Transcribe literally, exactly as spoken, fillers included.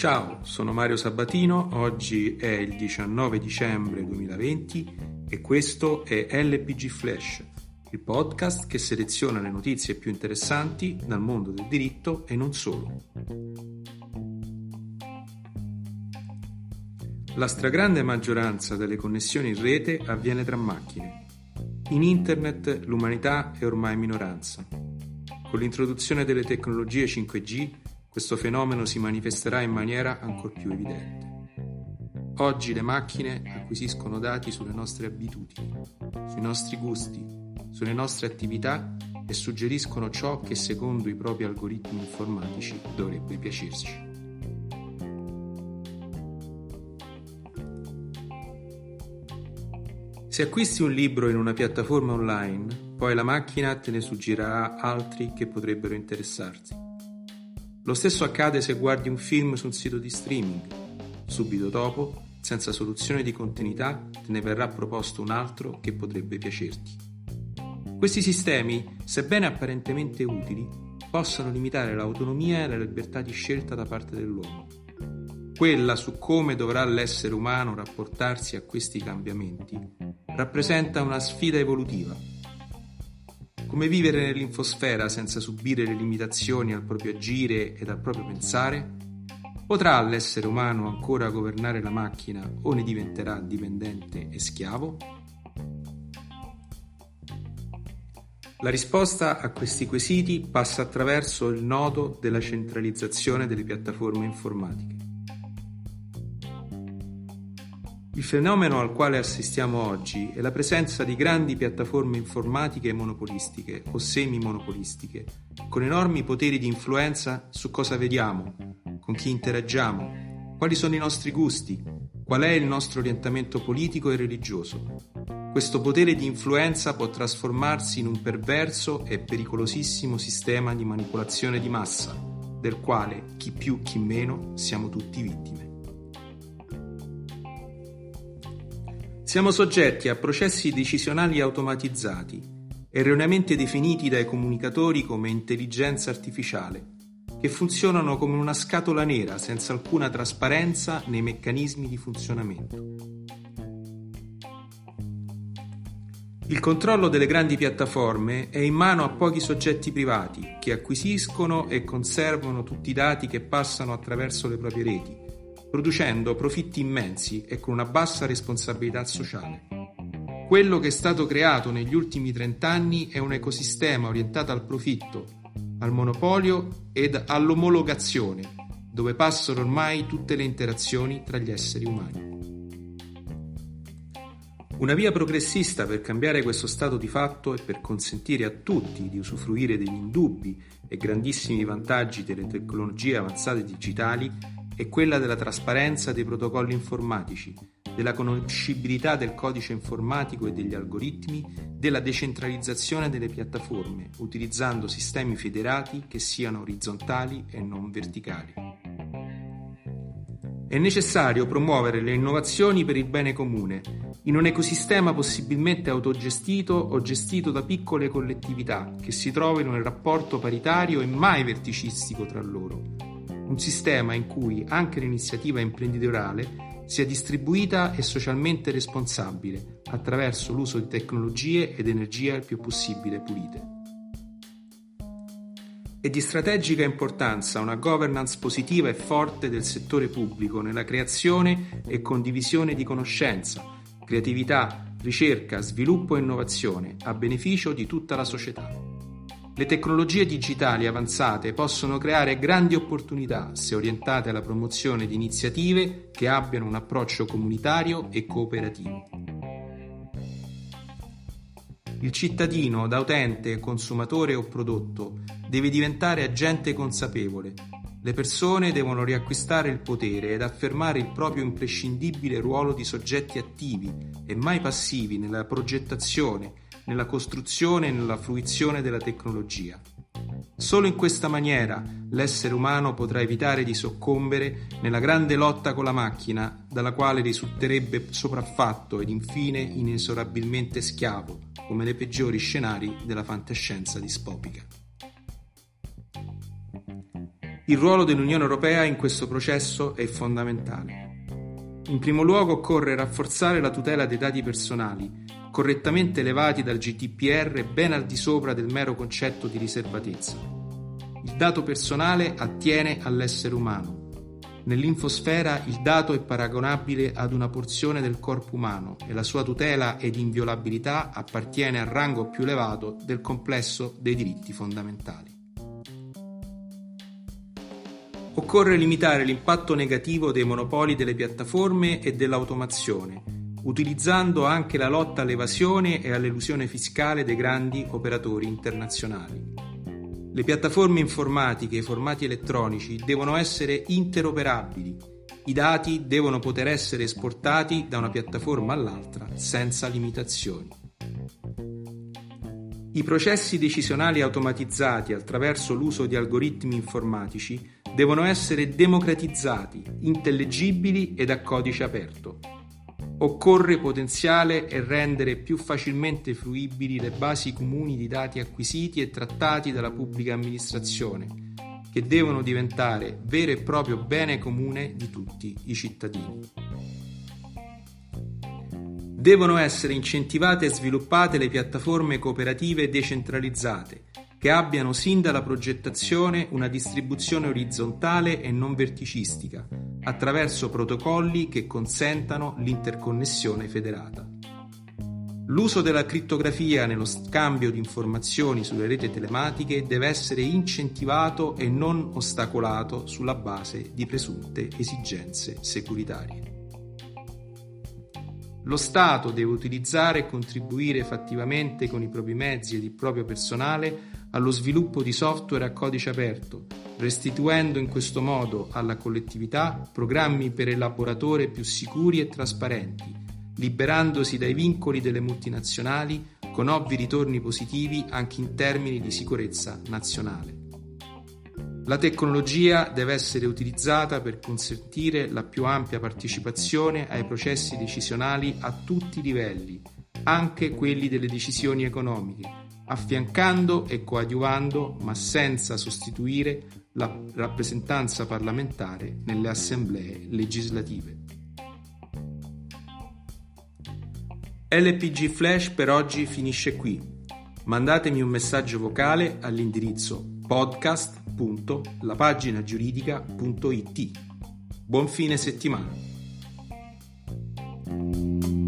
Ciao, sono Mario Sabatino, oggi è il diciannove dicembre duemilaventi e questo è L P G Flash, il podcast che seleziona le notizie più interessanti dal mondo del diritto e non solo. La stragrande maggioranza delle connessioni in rete avviene tra macchine. In internet l'umanità è ormai minoranza. Con l'introduzione delle tecnologie cinque G questo fenomeno si manifesterà in maniera ancor più evidente. Oggi le macchine acquisiscono dati sulle nostre abitudini, sui nostri gusti, sulle nostre attività e suggeriscono ciò che secondo i propri algoritmi informatici dovrebbe piacerci. Se acquisti un libro in una piattaforma online, poi la macchina te ne suggerirà altri che potrebbero interessarti. Lo stesso accade se guardi un film su un sito di streaming. Subito dopo, senza soluzione di continuità, te ne verrà proposto un altro che potrebbe piacerti. Questi sistemi, sebbene apparentemente utili, possono limitare l'autonomia e la libertà di scelta da parte dell'uomo. Quella su come dovrà l'essere umano rapportarsi a questi cambiamenti rappresenta una sfida evolutiva. Come vivere nell'infosfera senza subire le limitazioni al proprio agire ed al proprio pensare? Potrà l'essere umano ancora governare la macchina o ne diventerà dipendente e schiavo? La risposta a questi quesiti passa attraverso il nodo della centralizzazione delle piattaforme informatiche. Il fenomeno al quale assistiamo oggi è la presenza di grandi piattaforme informatiche monopolistiche o semi-monopolistiche, con enormi poteri di influenza su cosa vediamo, con chi interagiamo, quali sono i nostri gusti, qual è il nostro orientamento politico e religioso. Questo potere di influenza può trasformarsi in un perverso e pericolosissimo sistema di manipolazione di massa, del quale chi più chi meno siamo tutti vittime. Siamo soggetti a processi decisionali automatizzati, erroneamente definiti dai comunicatori come intelligenza artificiale, che funzionano come una scatola nera senza alcuna trasparenza nei meccanismi di funzionamento. Il controllo delle grandi piattaforme è in mano a pochi soggetti privati che acquisiscono e conservano tutti i dati che passano attraverso le proprie reti, producendo profitti immensi e con una bassa responsabilità sociale. Quello che è stato creato negli ultimi trent'anni è un ecosistema orientato al profitto, al monopolio ed all'omologazione, dove passano ormai tutte le interazioni tra gli esseri umani. Una via progressista per cambiare questo stato di fatto e per consentire a tutti di usufruire degli indubbi e grandissimi vantaggi delle tecnologie avanzate digitali è quella della trasparenza dei protocolli informatici, della conoscibilità del codice informatico e degli algoritmi, della decentralizzazione delle piattaforme, utilizzando sistemi federati che siano orizzontali e non verticali. È necessario promuovere le innovazioni per il bene comune, in un ecosistema possibilmente autogestito o gestito da piccole collettività che si trovino in rapporto paritario e mai verticistico tra loro. Un sistema in cui anche l'iniziativa imprenditoriale sia distribuita e socialmente responsabile attraverso l'uso di tecnologie ed energia il più possibile pulite. È di strategica importanza una governance positiva e forte del settore pubblico nella creazione e condivisione di conoscenza, creatività, ricerca, sviluppo e innovazione a beneficio di tutta la società. Le tecnologie digitali avanzate possono creare grandi opportunità se orientate alla promozione di iniziative che abbiano un approccio comunitario e cooperativo. Il cittadino, da utente, consumatore o prodotto, deve diventare agente consapevole. Le persone devono riacquistare il potere ed affermare il proprio imprescindibile ruolo di soggetti attivi e mai passivi nella progettazione, nella costruzione e nella fruizione della tecnologia. Solo in questa maniera l'essere umano potrà evitare di soccombere nella grande lotta con la macchina, dalla quale risulterebbe sopraffatto ed infine inesorabilmente schiavo, come nei peggiori scenari della fantascienza distopica. Il ruolo dell'Unione Europea in questo processo è fondamentale. In primo luogo occorre rafforzare la tutela dei dati personali, correttamente elevati dal G D P R ben al di sopra del mero concetto di riservatezza. Il dato personale attiene all'essere umano. Nell'infosfera il dato è paragonabile ad una porzione del corpo umano e la sua tutela ed inviolabilità appartiene al rango più elevato del complesso dei diritti fondamentali. Occorre limitare l'impatto negativo dei monopoli delle piattaforme e dell'automazione, utilizzando anche la lotta all'evasione e all'elusione fiscale dei grandi operatori internazionali. Le piattaforme informatiche e i formati elettronici devono essere interoperabili. I dati devono poter essere esportati da una piattaforma all'altra senza limitazioni. I processi decisionali automatizzati attraverso l'uso di algoritmi informatici devono essere democratizzati, intellegibili ed a codice aperto. Occorre potenziare e rendere più facilmente fruibili le basi comuni di dati acquisiti e trattati dalla pubblica amministrazione, che devono diventare vero e proprio bene comune di tutti i cittadini. Devono essere incentivate e sviluppate le piattaforme cooperative decentralizzate, che abbiano sin dalla progettazione una distribuzione orizzontale e non verticistica, attraverso protocolli che consentano l'interconnessione federata. L'uso della crittografia nello scambio di informazioni sulle reti telematiche deve essere incentivato e non ostacolato sulla base di presunte esigenze securitarie. Lo Stato deve utilizzare e contribuire fattivamente con i propri mezzi ed il proprio personale allo sviluppo di software a codice aperto, restituendo in questo modo alla collettività programmi per elaboratore più sicuri e trasparenti, liberandosi dai vincoli delle multinazionali con ovvi ritorni positivi anche in termini di sicurezza nazionale. La tecnologia deve essere utilizzata per consentire la più ampia partecipazione ai processi decisionali a tutti i livelli, anche quelli delle decisioni economiche, affiancando e coadiuvando, ma senza sostituire, la rappresentanza parlamentare nelle assemblee legislative. L P G Flash per oggi finisce qui. Mandatemi un messaggio vocale all'indirizzo podcast punto lapaginagiuridica punto it. Buon fine settimana.